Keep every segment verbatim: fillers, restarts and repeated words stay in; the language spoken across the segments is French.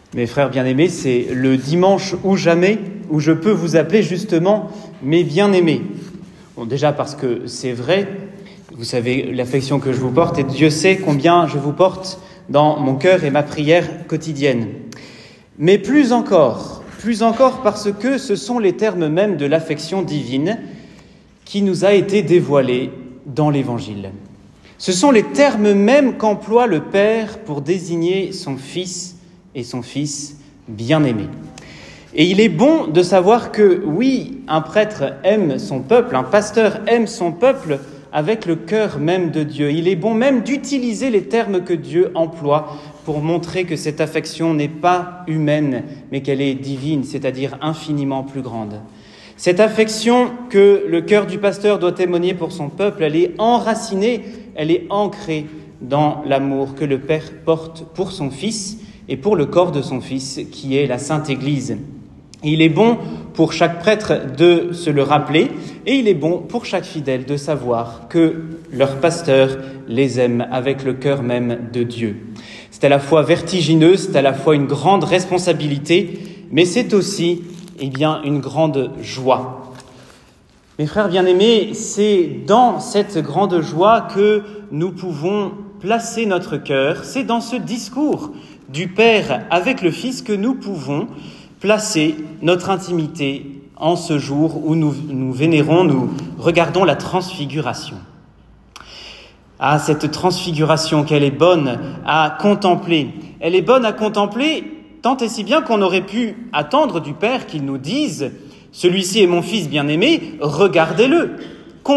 Mes frères bien-aimés, c'est le dimanche ou jamais où je peux vous appeler justement mes bien-aimés. Bon, déjà parce que c'est vrai, vous savez l'affection que je vous porte et Dieu sait combien je vous porte dans mon cœur et ma prière quotidienne. Mais plus encore, plus encore parce que ce sont les termes mêmes de l'affection divine qui nous a été dévoilée dans l'Évangile. Ce sont les termes mêmes qu'emploie le Père pour désigner son Fils et son Fils bien-aimé. Et il est bon de savoir que, oui, un prêtre aime son peuple, un pasteur aime son peuple avec le cœur même de Dieu. Il est bon même d'utiliser les termes que Dieu emploie pour montrer que cette affection n'est pas humaine, mais qu'elle est divine, c'est-à-dire infiniment plus grande. Cette affection que le cœur du pasteur doit témoigner pour son peuple, elle est enracinée, elle est ancrée dans l'amour que le Père porte pour son Fils et pour le corps de son Fils, qui est la Sainte Église. Et il est bon pour chaque prêtre de se le rappeler, et il est bon pour chaque fidèle de savoir que leur pasteur les aime avec le cœur même de Dieu. C'est à la fois vertigineux, c'est à la fois une grande responsabilité, mais c'est aussi, eh bien, une grande joie. Mes frères bien-aimés, c'est dans cette grande joie que nous pouvons placer notre cœur, c'est dans ce discours du Père avec le Fils que nous pouvons placer notre intimité en ce jour où nous, nous vénérons, nous regardons la transfiguration. Ah, cette transfiguration, qu'elle est bonne à contempler. Elle est bonne à contempler tant et si bien qu'on aurait pu attendre du Père qu'il nous dise « Celui-ci est mon Fils bien-aimé, regardez-le, contemplez-le ».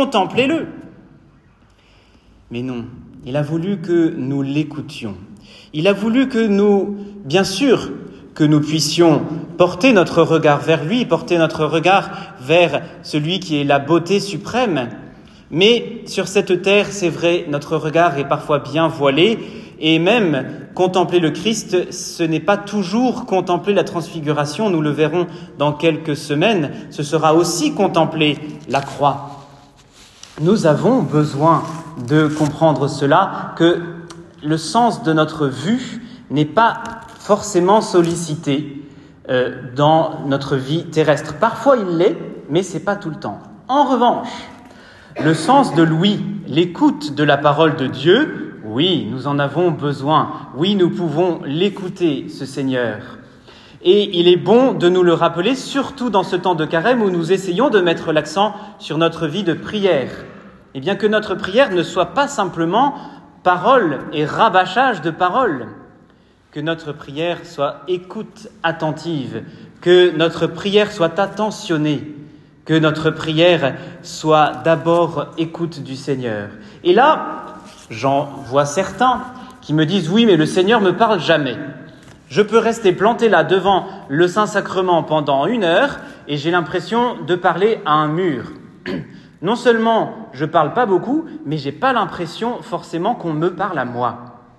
Mais non, il a voulu que nous l'écoutions. Il a voulu que nous, bien sûr, que nous puissions porter notre regard vers lui, porter notre regard vers celui qui est la beauté suprême. Mais sur cette terre, c'est vrai, notre regard est parfois bien voilé, et même contempler le Christ, ce n'est pas toujours contempler la transfiguration, nous le verrons dans quelques semaines, ce sera aussi contempler la croix. Nous avons besoin de comprendre cela, que le sens de notre vue n'est pas forcément sollicité euh, dans notre vie terrestre. Parfois il l'est, mais c'est pas tout le temps. En revanche, le sens de l'ouïe, l'écoute de la parole de Dieu, oui, nous en avons besoin. Oui, nous pouvons l'écouter, ce Seigneur. Et il est bon de nous le rappeler, surtout dans ce temps de carême où nous essayons de mettre l'accent sur notre vie de prière. Et bien que notre prière ne soit pas simplement parole et rabâchage de paroles, que notre prière soit écoute attentive, que notre prière soit attentionnée, que notre prière soit d'abord écoute du Seigneur. Et là, j'en vois certains qui me disent « Oui, mais le Seigneur me parle jamais. Je peux rester planté là devant le Saint-Sacrement pendant une heure et j'ai l'impression de parler à un mur. Non seulement je parle pas beaucoup, mais j'ai pas l'impression forcément qu'on me parle à moi. »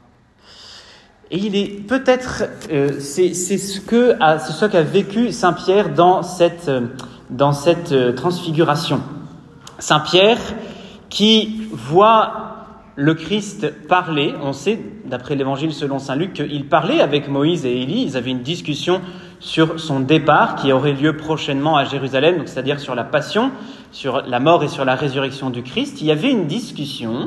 Et il est peut-être, euh, c'est, c'est ce que a, c'est ce qu'a vécu Saint Pierre dans cette, euh, dans cette euh, transfiguration. Saint Pierre qui voit le Christ parler, on sait, d'après l'Évangile selon Saint Luc, qu'il parlait avec Moïse et Élie, ils avaient une discussion sur son départ qui aurait lieu prochainement à Jérusalem, donc c'est-à-dire sur la passion, sur la mort et sur la résurrection du Christ. Il y avait une discussion.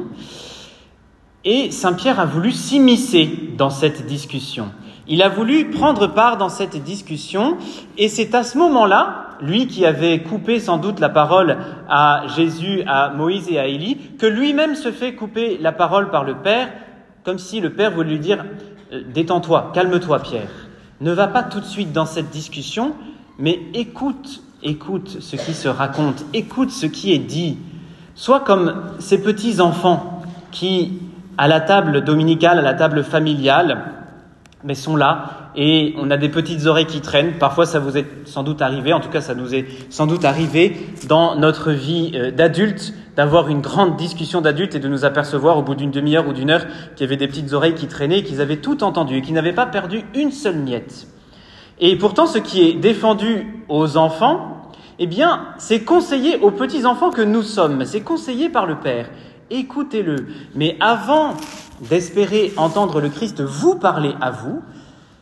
Et Saint Pierre a voulu s'immiscer dans cette discussion. Il a voulu prendre part dans cette discussion et c'est à ce moment-là, lui qui avait coupé sans doute la parole à Jésus, à Moïse et à Élie, que lui-même se fait couper la parole par le Père, comme si le Père voulait lui dire « Détends-toi, calme-toi Pierre, ne va pas tout de suite dans cette discussion, mais écoute, écoute ce qui se raconte, écoute ce qui est dit. Sois comme ces petits enfants qui... à la table dominicale, à la table familiale, mais sont là et on a des petites oreilles qui traînent. Parfois, ça vous est sans doute arrivé, en tout cas, ça nous est sans doute arrivé dans notre vie d'adulte, d'avoir une grande discussion d'adulte et de nous apercevoir au bout d'une demi-heure ou d'une heure qu'il y avait des petites oreilles qui traînaient et qu'ils avaient tout entendu et qu'ils n'avaient pas perdu une seule miette. Et pourtant, ce qui est défendu aux enfants, eh bien, c'est conseillé aux petits-enfants que nous sommes, c'est conseillé par le Père. Écoutez-le. Mais avant d'espérer entendre le Christ vous parler à vous,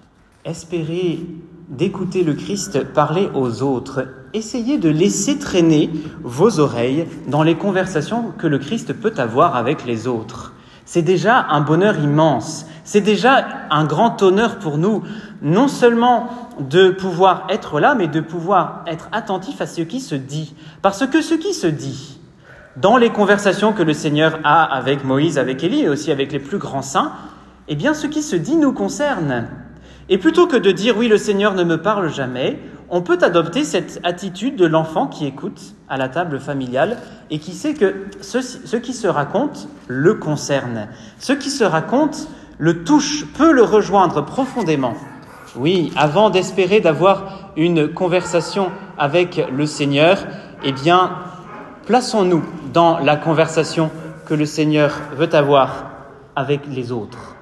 espérez d'écouter le Christ parler aux autres. Essayez de laisser traîner vos oreilles dans les conversations que le Christ peut avoir avec les autres. C'est déjà un bonheur immense. C'est déjà un grand honneur pour nous, non seulement de pouvoir être là, mais de pouvoir être attentif à ce qui se dit. Parce que ce qui se dit dans les conversations que le Seigneur a avec Moïse, avec Élie et aussi avec les plus grands saints, eh bien ce qui se dit nous concerne. Et plutôt que de dire « oui, le Seigneur ne me parle jamais », on peut adopter cette attitude de l'enfant qui écoute à la table familiale et qui sait que ce, ce qui se raconte le concerne. Ce qui se raconte le touche, peut le rejoindre profondément. Oui, avant d'espérer d'avoir une conversation avec le Seigneur, eh bien, plaçons-nous dans la conversation que le Seigneur veut avoir avec les autres.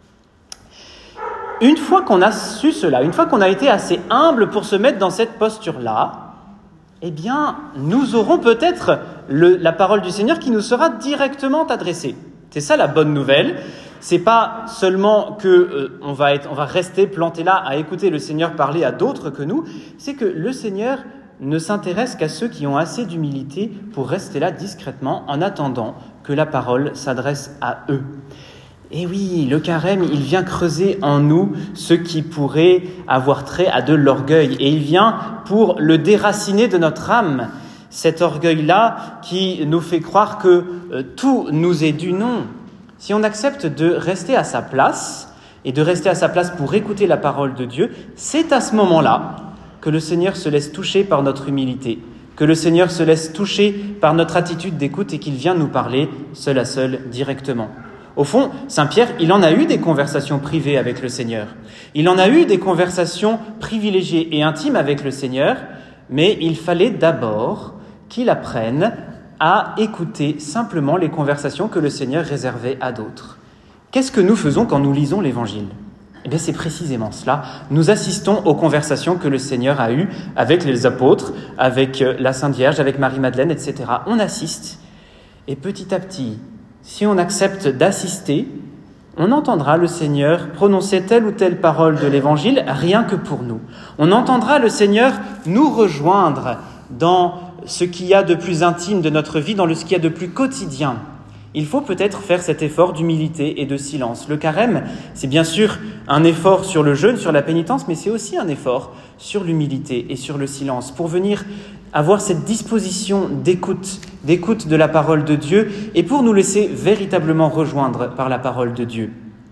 Une fois qu'on a su cela, une fois qu'on a été assez humble pour se mettre dans cette posture-là, eh bien, nous aurons peut-être le, la parole du Seigneur qui nous sera directement adressée. C'est ça la bonne nouvelle. C'est pas seulement que euh, on va être, on va rester planté là à écouter le Seigneur parler à d'autres que nous. C'est que le Seigneur ne s'intéresse qu'à ceux qui ont assez d'humilité pour rester là discrètement en attendant que la parole s'adresse à eux. Et oui, le carême, il vient creuser en nous ce qui pourrait avoir trait à de l'orgueil. Et il vient pour le déraciner de notre âme. Cet orgueil-là qui nous fait croire que euh, tout nous est dû. Non. Si on accepte de rester à sa place et de rester à sa place pour écouter la parole de Dieu, c'est à ce moment-là que le Seigneur se laisse toucher par notre humilité, que le Seigneur se laisse toucher par notre attitude d'écoute et qu'il vient nous parler seul à seul directement. Au fond, Saint Pierre, il en a eu des conversations privées avec le Seigneur. Il en a eu des conversations privilégiées et intimes avec le Seigneur, mais il fallait d'abord qu'il apprenne à écouter simplement les conversations que le Seigneur réservait à d'autres. Qu'est-ce que nous faisons quand nous lisons l'Évangile ? Eh bien, c'est précisément cela. Nous assistons aux conversations que le Seigneur a eues avec les apôtres, avec la Sainte Vierge, avec Marie-Madeleine, et cetera. On assiste, et petit à petit, si on accepte d'assister, on entendra le Seigneur prononcer telle ou telle parole de l'Évangile rien que pour nous. On entendra le Seigneur nous rejoindre dans ce qu'il y a de plus intime de notre vie, dans ce qu'il y a de plus quotidien. Il faut peut-être faire cet effort d'humilité et de silence. Le carême, c'est bien sûr un effort sur le jeûne, sur la pénitence, mais c'est aussi un effort sur l'humilité et sur le silence pour venir avoir cette disposition d'écoute, d'écoute de la parole de Dieu et pour nous laisser véritablement rejoindre par la parole de Dieu.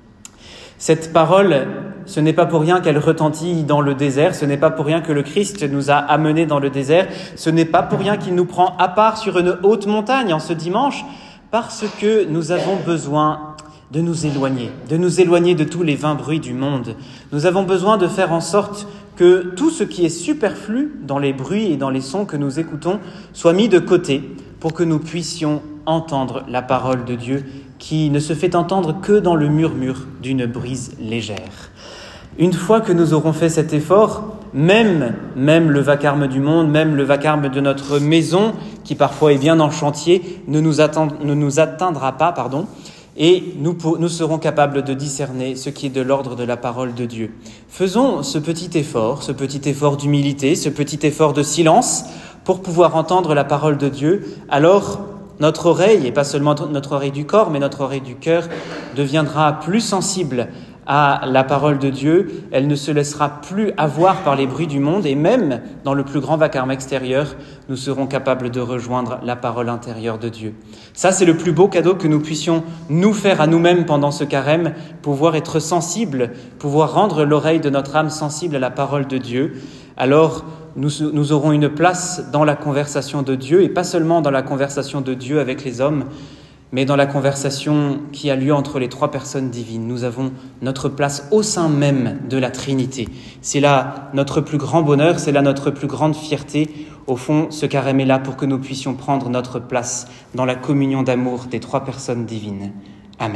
Cette parole, ce n'est pas pour rien qu'elle retentit dans le désert, ce n'est pas pour rien que le Christ nous a amenés dans le désert, ce n'est pas pour rien qu'il nous prend à part sur une haute montagne en ce dimanche, parce que nous avons besoin de nous éloigner, de nous éloigner de tous les vains bruits du monde. Nous avons besoin de faire en sorte que tout ce qui est superflu dans les bruits et dans les sons que nous écoutons soit mis de côté pour que nous puissions entendre la parole de Dieu qui ne se fait entendre que dans le murmure d'une brise légère. Une fois que nous aurons fait cet effort, même, même le vacarme du monde, même le vacarme de notre maison, qui parfois est bien en chantier, ne nous, attend, ne nous atteindra pas, pardon, et nous, nous serons capables de discerner ce qui est de l'ordre de la parole de Dieu. Faisons ce petit effort, ce petit effort d'humilité, ce petit effort de silence pour pouvoir entendre la parole de Dieu. Alors, notre oreille, et pas seulement notre oreille du corps, mais notre oreille du cœur, deviendra plus sensible à la parole de Dieu. Elle ne se laissera plus avoir par les bruits du monde et même dans le plus grand vacarme extérieur, nous serons capables de rejoindre la parole intérieure de Dieu. Ça, c'est le plus beau cadeau que nous puissions nous faire à nous-mêmes pendant ce carême, pouvoir être sensibles, pouvoir rendre l'oreille de notre âme sensible à la parole de Dieu. Alors, nous, nous aurons une place dans la conversation de Dieu et pas seulement dans la conversation de Dieu avec les hommes, mais dans la conversation qui a lieu entre les trois personnes divines. Nous avons notre place au sein même de la Trinité. C'est là notre plus grand bonheur, c'est là notre plus grande fierté. Au fond, ce carême est là pour que nous puissions prendre notre place dans la communion d'amour des trois personnes divines.